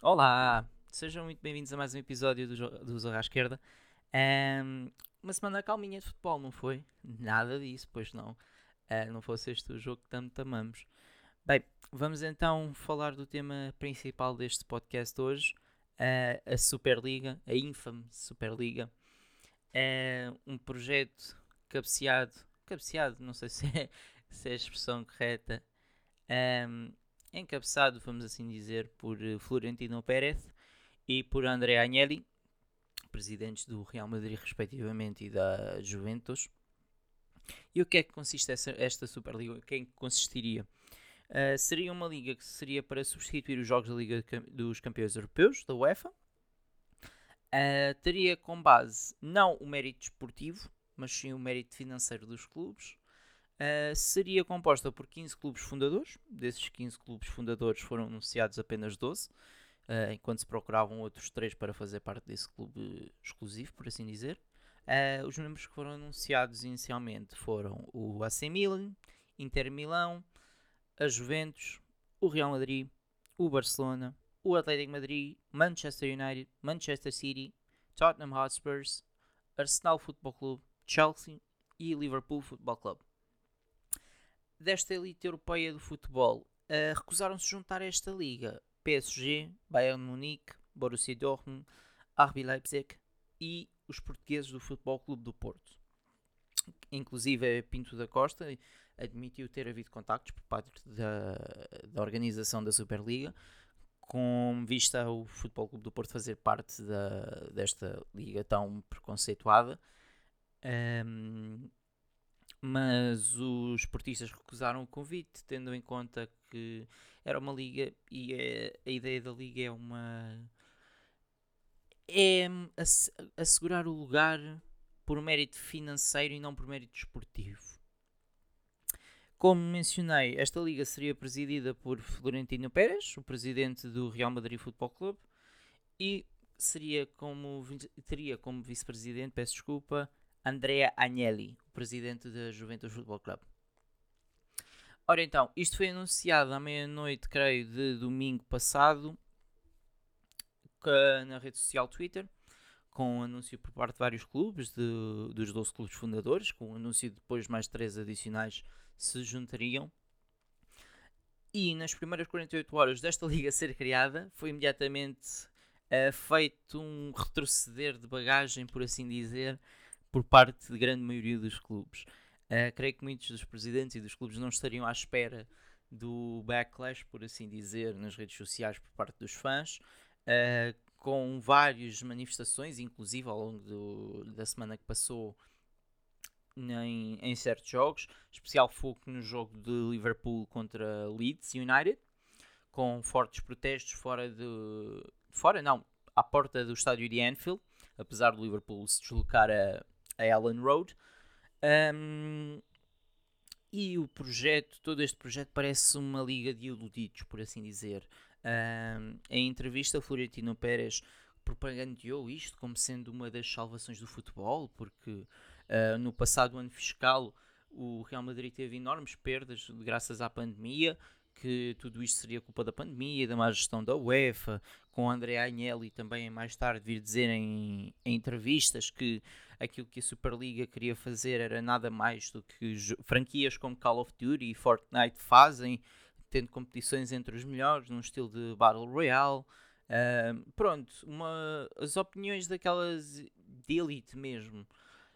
Olá, sejam muito bem-vindos a mais um episódio do Zorra à Esquerda. Uma semana calminha de futebol, não foi? Nada disso, pois não. Não fosse este o jogo que tanto amamos. Bem, vamos então falar do tema principal deste podcast hoje, a Superliga, a infame Superliga. É um projeto cabeceado, não sei se é a expressão correta, um, encabeçado, vamos assim dizer, por Florentino Pérez e por Andrea Agnelli, presidentes do Real Madrid respectivamente e da Juventus. E o que é que consiste esta Superliga? Quem consistiria? Seria uma liga que seria para substituir os jogos da Liga dos Campeões Europeus, da UEFA. Teria como base não o mérito desportivo, mas sim o mérito financeiro dos clubes. Seria composta por 15 clubes fundadores. Desses 15 clubes fundadores foram anunciados apenas 12, enquanto se procuravam outros 3 para fazer parte desse clube exclusivo, por assim dizer. Os membros que foram anunciados inicialmente foram o AC Milan, Inter Milão, a Juventus, o Real Madrid, o Barcelona, o Atlético Madrid, Manchester United, Manchester City, Tottenham Hotspurs, Arsenal Football Club, Chelsea e Liverpool Football Club. Desta elite europeia do futebol, recusaram-se juntar a esta liga PSG, Bayern Munique, Borussia Dortmund, RB Leipzig e os portugueses do Futebol Clube do Porto. Inclusive Pinto da Costa admitiu ter havido contactos por parte da organização da Superliga, com vista ao Futebol Clube do Porto fazer parte desta liga tão preconceituada. Mas os esportistas recusaram o convite, tendo em conta que era uma liga e a ideia da liga é assegurar o lugar por mérito financeiro e não por mérito desportivo. Como mencionei, esta liga seria presidida por Florentino Pérez, o presidente do Real Madrid Futebol Clube, e teria como vice-presidente, peço desculpa, Andrea Agnelli, o presidente da Juventus Futebol Clube. Ora então, isto foi anunciado à meia-noite, creio, de domingo passado, na rede social Twitter, com um anúncio por parte de vários clubes, dos 12 clubes fundadores, com um anúncio de depois mais 3 adicionais se juntariam. E nas primeiras 48 horas desta liga ser criada, foi imediatamente feito um retroceder de bagagem, por assim dizer, por parte de grande maioria dos clubes. Creio que muitos dos presidentes e dos clubes não estariam à espera do backlash, por assim dizer, nas redes sociais por parte dos fãs, com várias manifestações, inclusive ao longo da semana que passou em certos jogos, especial foco no jogo de Liverpool contra Leeds United, com fortes protestos à porta do estádio de Anfield, apesar do Liverpool se deslocar a Ellen Road. E todo este projeto parece uma liga de iludidos, por assim dizer. Em entrevista, Florentino Pérez propagandeou isto como sendo uma das salvações do futebol, porque no passado ano fiscal o Real Madrid teve enormes perdas graças à pandemia, que tudo isto seria culpa da pandemia e da má gestão da UEFA, com Andrea Agnelli também mais tarde vir dizer em entrevistas que aquilo que a Superliga queria fazer era nada mais do que franquias como Call of Duty e Fortnite fazem, tendo competições entre os melhores, num estilo de Battle Royale. Pronto, as opiniões daquelas de elite mesmo.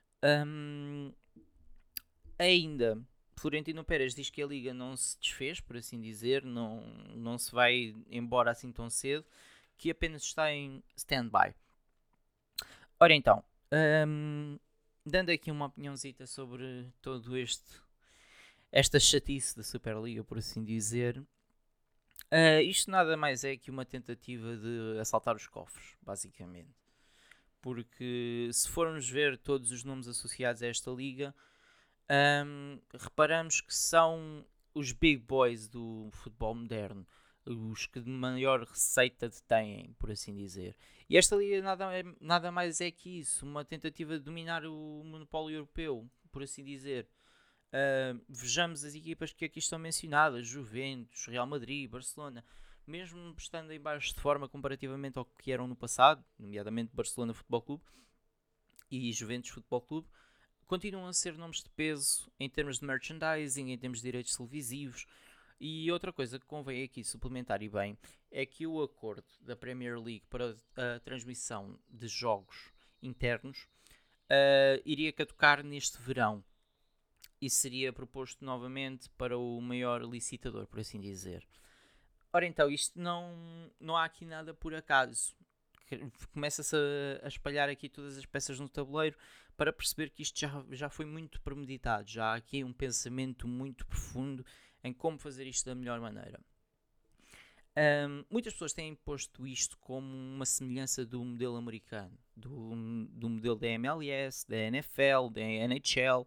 Ainda, Florentino Pérez diz que a Liga não se desfez, por assim dizer, não se vai embora assim tão cedo, que apenas está em stand-by. Ora então, dando aqui uma opiniãozita sobre todo esta chatice da Superliga, por assim dizer, isto nada mais é que uma tentativa de assaltar os cofres, basicamente. Porque se formos ver todos os nomes associados a esta liga, reparamos que são os big boys do futebol moderno, os que de maior receita detêm, por assim dizer. E esta liga nada mais é que isso, uma tentativa de dominar o monopólio europeu, por assim dizer. Vejamos as equipas que aqui estão mencionadas: Juventus, Real Madrid, Barcelona. mesmo estando em baixo de forma comparativamente ao que eram no passado, nomeadamente Barcelona Futebol Clube e Juventus Futebol Clube, continuam a ser nomes de peso em termos de merchandising, em termos de direitos televisivos. E outra coisa que convém aqui suplementar e bem é que o acordo da Premier League para a transmissão de jogos internos iria catocar neste verão e seria proposto novamente para o maior licitador, por assim dizer. Ora então, isto não há aqui nada por acaso. Começa-se a espalhar aqui todas as peças no tabuleiro para perceber que isto já foi muito premeditado. Já há aqui um pensamento muito profundo em como fazer isto da melhor maneira. Muitas pessoas têm posto isto como uma semelhança do modelo americano, do modelo da MLS, da NFL, da NHL.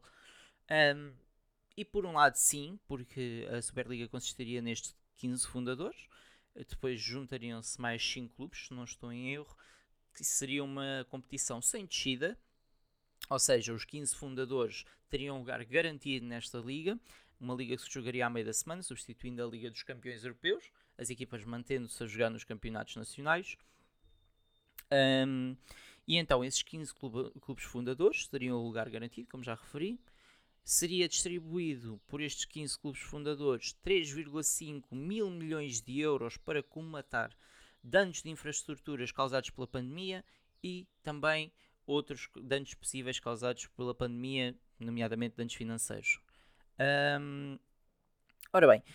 E por um lado sim, porque a Superliga consistiria nestes 15 fundadores, depois juntariam-se mais 5 clubes, se não estou em erro, que seria uma competição sem descida, ou seja, os 15 fundadores teriam um lugar garantido nesta liga, uma liga que se jogaria à meia da semana, substituindo a Liga dos Campeões Europeus, as equipas mantendo-se a jogar nos campeonatos nacionais. E então esses 15 clubes fundadores teriam o lugar garantido, como já referi. Seria distribuído por estes 15 clubes fundadores 3,5 mil milhões de euros para comatar danos de infraestruturas causados pela pandemia e também outros danos possíveis causados pela pandemia, nomeadamente danos financeiros. Ora bem,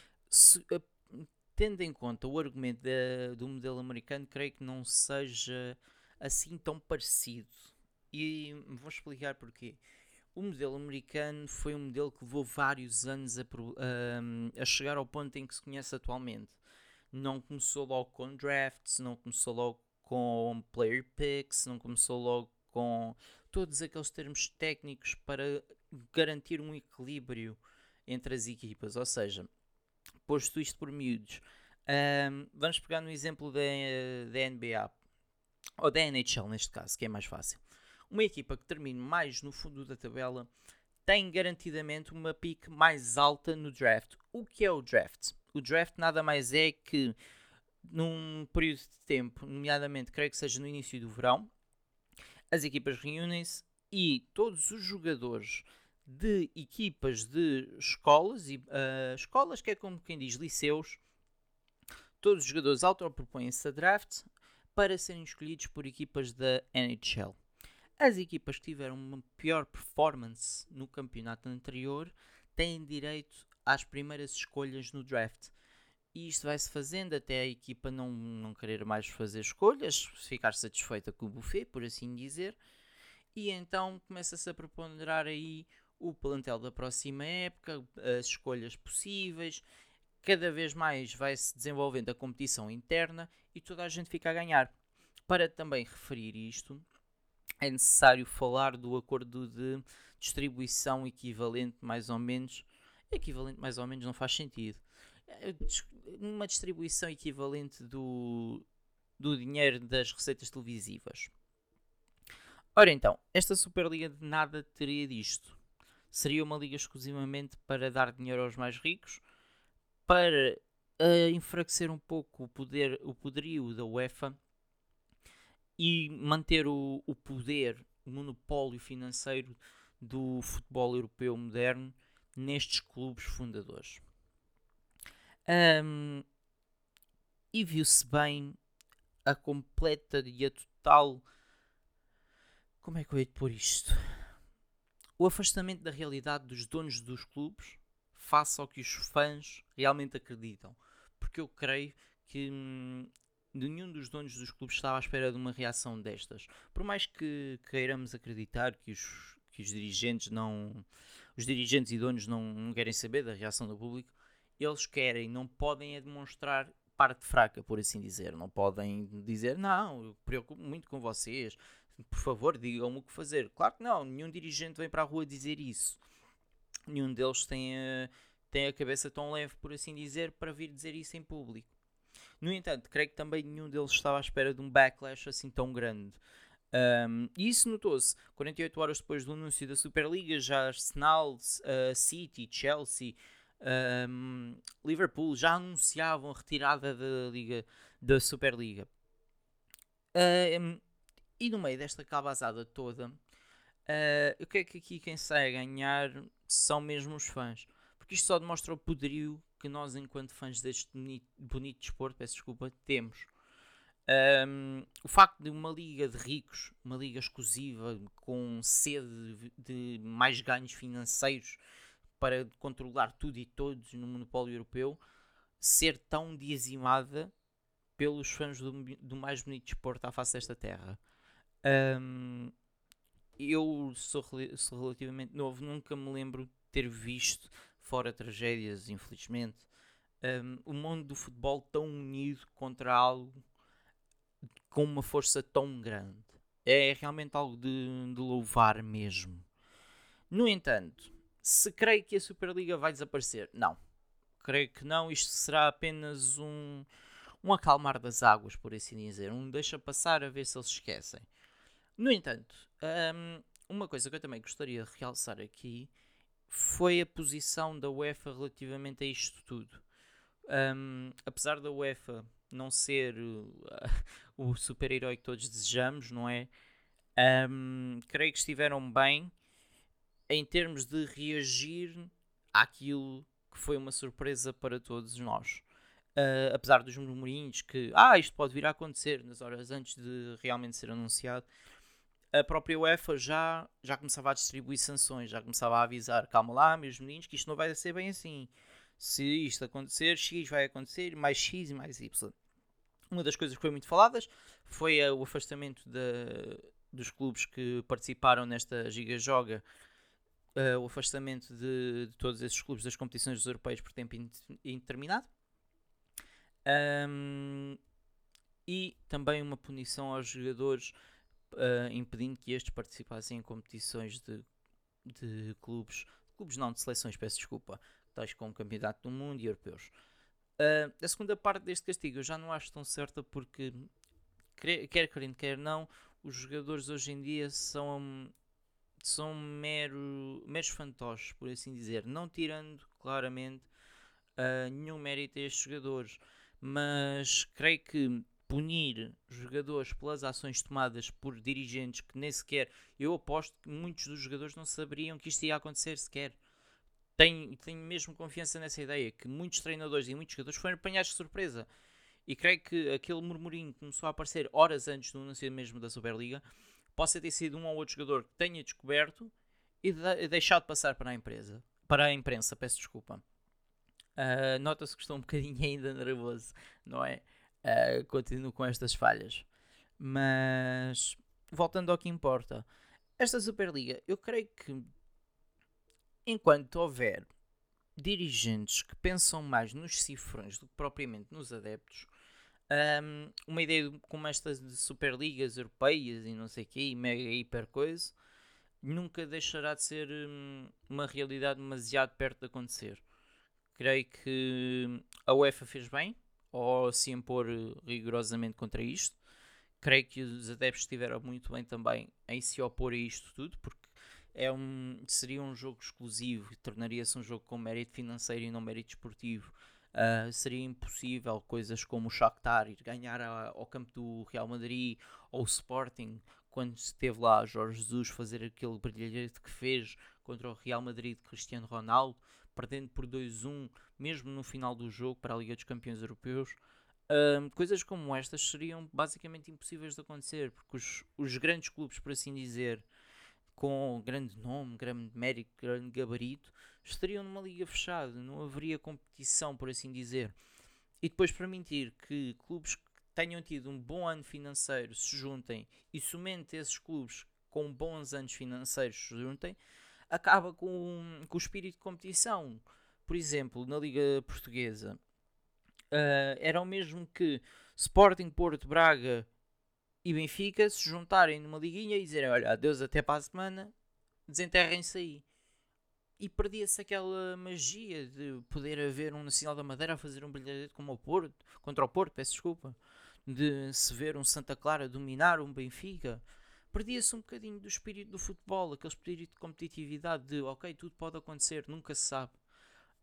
tendo em conta o argumento do modelo americano, creio que não seja assim tão parecido. E vou explicar porquê. O modelo americano foi um modelo que levou vários anos a chegar ao ponto em que se conhece atualmente. Não começou logo com drafts, não começou logo com player picks, não começou logo com todos aqueles termos técnicos para garantir um equilíbrio entre as equipas. Ou seja, posto isto por miúdos, vamos pegar no exemplo da NBA, ou da NHL neste caso, que é mais fácil. Uma equipa que termine mais no fundo da tabela tem garantidamente uma pick mais alta no draft. O que é o draft? O draft nada mais é que num período de tempo, nomeadamente creio que seja no início do verão, as equipas reúnem-se e todos os jogadores de equipas de escolas, escolas que é como quem diz liceus, todos os jogadores autopropõem-se a draft para serem escolhidos por equipas da NHL. As equipas que tiveram uma pior performance no campeonato anterior têm direito às primeiras escolhas no draft. E isto vai-se fazendo até a equipa não querer mais fazer escolhas, ficar satisfeita com o buffet, por assim dizer. E então começa-se a preponderar aí o plantel da próxima época, as escolhas possíveis. Cada vez mais vai-se desenvolvendo a competição interna e toda a gente fica a ganhar. Para também referir isto, é necessário falar do acordo de distribuição equivalente mais ou menos. Equivalente mais ou menos não faz sentido. Uma distribuição equivalente do dinheiro das receitas televisivas. Ora então, esta Superliga de nada teria disto. Seria uma liga exclusivamente para dar dinheiro aos mais ricos, para enfraquecer um pouco o poderio da UEFA e manter o poder, o monopólio financeiro do futebol europeu moderno nestes clubes fundadores. E viu-se bem a completa e a total... Como é que eu hei de pôr isto? O afastamento da realidade dos donos dos clubes face ao que os fãs realmente acreditam. Porque eu creio que nenhum dos donos dos clubes estava à espera de uma reação destas. Por mais que queiramos acreditar que os dirigentes não... Os dirigentes e donos não querem saber da reação do público, eles querem, não podem é demonstrar parte fraca, por assim dizer. Não podem dizer, não, eu preocupo muito com vocês, por favor, digam-me o que fazer. Claro que não, nenhum dirigente vem para a rua dizer isso. Nenhum deles tem a cabeça tão leve, por assim dizer, para vir dizer isso em público. No entanto, creio que também nenhum deles estava à espera de um backlash assim tão grande. E isso notou-se 48 horas depois do anúncio da Superliga. Já Arsenal, City, Chelsea, Liverpool já anunciavam a retirada da Liga, da Superliga. E no meio desta cabazada toda, o que é que aqui quem sai a ganhar são mesmo os fãs. Porque isto só demonstra o poderio que nós, enquanto fãs deste bonito desporto, peço desculpa, temos. O facto de uma liga de ricos, uma liga exclusiva, com sede de mais ganhos financeiros para controlar tudo e todos no monopólio europeu, ser tão dizimada pelos fãs do mais bonito desporto à face desta terra. Eu sou relativamente novo, nunca me lembro de ter visto, fora tragédias, infelizmente, o mundo do futebol tão unido contra algo com uma força tão grande. É realmente algo de louvar mesmo. No entanto, se creio que a Superliga vai desaparecer, não. Creio que não, isto será apenas um acalmar das águas, por assim dizer. Um deixa passar a ver se eles se esquecem. No entanto, uma coisa que eu também gostaria de realçar aqui foi a posição da UEFA relativamente a isto tudo. Apesar da UEFA não ser o super-herói que todos desejamos, não é? Creio que estiveram bem em termos de reagir àquilo que foi uma surpresa para todos nós. Apesar dos murmurinhos que isto pode vir a acontecer nas horas antes de realmente ser anunciado, a própria UEFA já começava a distribuir sanções, já começava a avisar: calma lá, meus meninos, que isto não vai ser bem assim. Se isto acontecer, X vai acontecer, mais X e mais Y. Uma das coisas que foi muito faladas foi o afastamento dos clubes que participaram nesta Giga-Joga, o afastamento de todos esses clubes das competições europeias por tempo indeterminado. E também uma punição aos jogadores, impedindo que estes participassem em competições de clubes não, de seleções, peço desculpa, tais como Campeonato do Mundo e Europeus. A segunda parte deste castigo eu já não acho tão certa, porque quer querendo, quer não, os jogadores hoje em dia são meros fantoches, por assim dizer, não tirando claramente nenhum mérito a estes jogadores, mas creio que punir jogadores pelas ações tomadas por dirigentes que nem sequer, eu aposto que muitos dos jogadores não saberiam que isto ia acontecer sequer. Tenho mesmo confiança nessa ideia, que muitos treinadores e muitos jogadores foram apanhados de surpresa. E creio que aquele murmurinho que começou a aparecer horas antes do anúncio mesmo da Superliga possa ter sido um ou outro jogador que tenha descoberto e deixado passar para a imprensa, peço desculpa. Nota-se que estou um bocadinho ainda nervoso, não é? Continuo com estas falhas. Mas, voltando ao que importa, esta Superliga, eu creio que enquanto houver dirigentes que pensam mais nos cifrões do que propriamente nos adeptos, uma ideia como estas de Superligas europeias e não sei o que, e mega hiper coisa, nunca deixará de ser uma realidade demasiado perto de acontecer. Creio que a UEFA fez bem ao se impor rigorosamente contra isto. Creio que os adeptos estiveram muito bem também em se opor a isto tudo, porque seria um jogo exclusivo e tornaria-se um jogo com mérito financeiro e não mérito esportivo. Seria impossível coisas como o Shakhtar ir ganhar ao campo do Real Madrid, ou o Sporting, quando esteve lá Jorge Jesus, fazer aquele brilharete que fez contra o Real Madrid de Cristiano Ronaldo, perdendo por 2-1 mesmo no final do jogo para a Liga dos Campeões Europeus. Coisas como estas seriam basicamente impossíveis de acontecer, porque os grandes clubes, por assim dizer, com grande nome, grande mérito, grande gabarito, estariam numa liga fechada, não haveria competição, por assim dizer. E depois permitir que clubes que tenham tido um bom ano financeiro se juntem, e somente esses clubes com bons anos financeiros se juntem, acaba com o espírito de competição. Por exemplo, na Liga Portuguesa, era o mesmo que Sporting, Porto, Braga e Benfica se juntarem numa liguinha e dizerem: olha, adeus até para a semana, desenterrem-se aí. E perdia-se aquela magia de poder haver um Nacional da Madeira a fazer um brilharete como o Porto, contra o Porto, peço desculpa, de se ver um Santa Clara dominar um Benfica. Perdia-se um bocadinho do espírito do futebol, aquele espírito de competitividade de ok, tudo pode acontecer, nunca se sabe.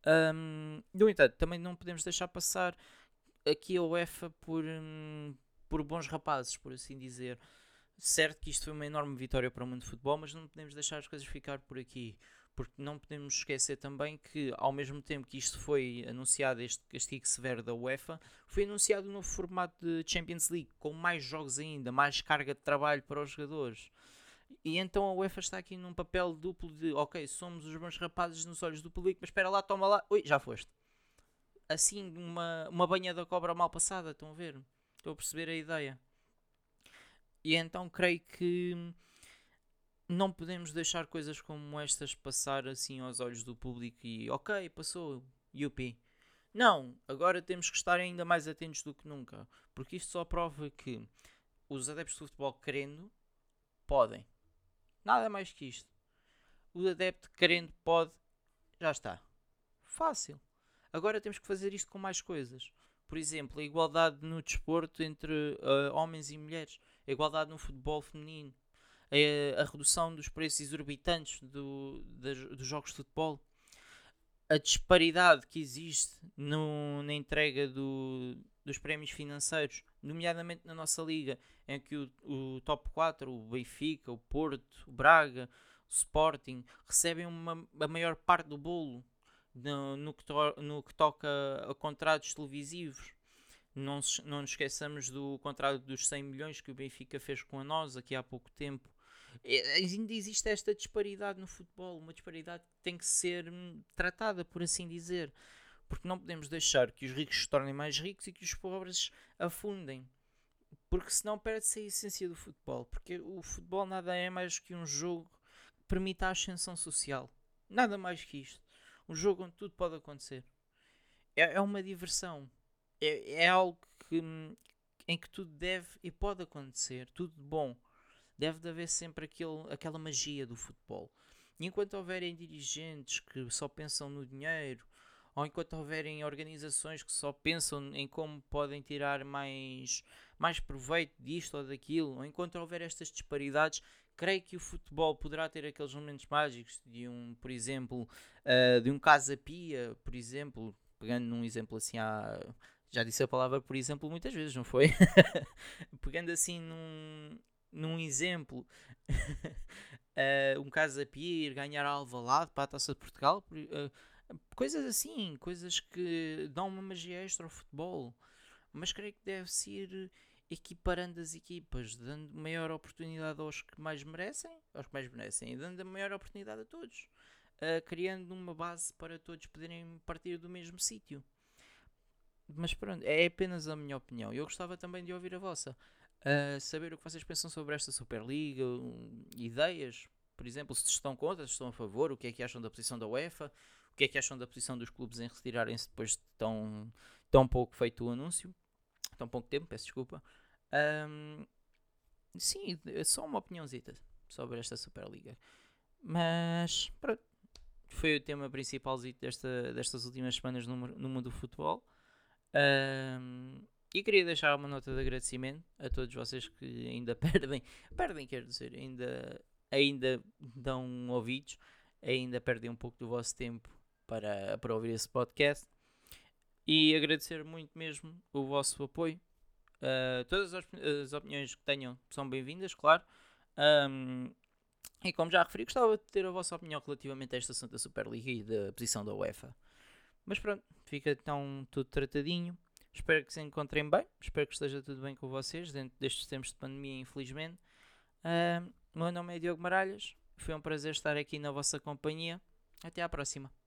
No entanto, também não podemos deixar passar aqui a UEFA por bons rapazes, por assim dizer. Certo que isto foi uma enorme vitória para o mundo de futebol, mas não podemos deixar as coisas ficar por aqui. Porque não podemos esquecer também que, ao mesmo tempo que isto foi anunciado, este castigo severo da UEFA, foi anunciado um novo formato de Champions League, com mais jogos ainda, mais carga de trabalho para os jogadores. E então a UEFA está aqui num papel duplo de, ok, somos os bons rapazes nos olhos do público, mas espera lá, toma lá, ui, já foste. Assim, uma banha da cobra mal passada, estão a ver? Estou a perceber a ideia. E então creio que não podemos deixar coisas como estas passar assim aos olhos do público e ok, passou, yupi. Não, agora temos que estar ainda mais atentos do que nunca, porque isto só prova que os adeptos de futebol querendo, podem. Nada mais que isto. O adepto querendo pode, já está. Fácil. Agora temos que fazer isto com mais coisas. Por exemplo, a igualdade no desporto entre homens e mulheres, a igualdade no futebol feminino, a redução dos preços exorbitantes dos jogos de futebol, a disparidade que existe na entrega dos prémios financeiros, nomeadamente na nossa liga, em que o top 4, o Benfica, o Porto, o Braga, o Sporting, recebem a maior parte do bolo no que toca a contratos televisivos. Não nos esqueçamos do contrato dos 100 milhões que o Benfica fez com a nós aqui há pouco tempo. Ainda existe esta disparidade no futebol, uma disparidade que tem que ser tratada, por assim dizer, porque não podemos deixar que os ricos se tornem mais ricos e que os pobres afundem, porque senão perde-se a essência do futebol, porque o futebol nada é mais que um jogo que permite a ascensão social, nada mais que isto, um jogo onde tudo pode acontecer, é uma diversão, é algo em que tudo deve e pode acontecer, tudo de bom. Deve de haver sempre aquela magia do futebol. E enquanto houverem dirigentes que só pensam no dinheiro, ou enquanto houverem organizações que só pensam em como podem tirar mais proveito disto ou daquilo, ou enquanto houver estas disparidades, creio que o futebol poderá ter aqueles momentos mágicos de por exemplo, de um Casa Pia, por exemplo, pegando num exemplo assim já disse a palavra por exemplo muitas vezes, não foi? Pegando assim num exemplo, um Casa Pia ir ganhar a Alvalade para a Taça de Portugal, coisas assim, coisas que dão uma magia extra ao futebol. Mas creio que deve-se ir equiparando as equipas, dando maior oportunidade aos que mais merecem, e dando a maior oportunidade a todos, criando uma base para todos poderem partir do mesmo sítio. Mas pronto, é apenas a minha opinião. Eu gostava também de ouvir a vossa. Saber o que vocês pensam sobre esta Superliga, ideias, por exemplo, se estão contra, se estão a favor, o que é que acham da posição da UEFA, o que é que acham da posição dos clubes em retirarem-se depois de tão pouco feito o anúncio, tão pouco tempo, peço desculpa. Sim, é só uma opiniãozita sobre esta Superliga. Mas pronto, foi o tema principal destas últimas semanas no mundo do futebol. E queria deixar uma nota de agradecimento a todos vocês que ainda perdem quero dizer, ainda dão ouvidos, ainda perdem um pouco do vosso tempo para ouvir esse podcast. E agradecer muito mesmo o vosso apoio. Todas as opiniões que tenham são bem-vindas, claro. E como já referi, gostava de ter a vossa opinião relativamente a esta Santa Superliga e da posição da UEFA. Mas pronto, fica então tudo tratadinho. Espero que se encontrem bem. Espero que esteja tudo bem com vocês dentro destes tempos de pandemia, infelizmente. Meu nome é Diogo Maralhas. Foi um prazer estar aqui na vossa companhia. Até à próxima.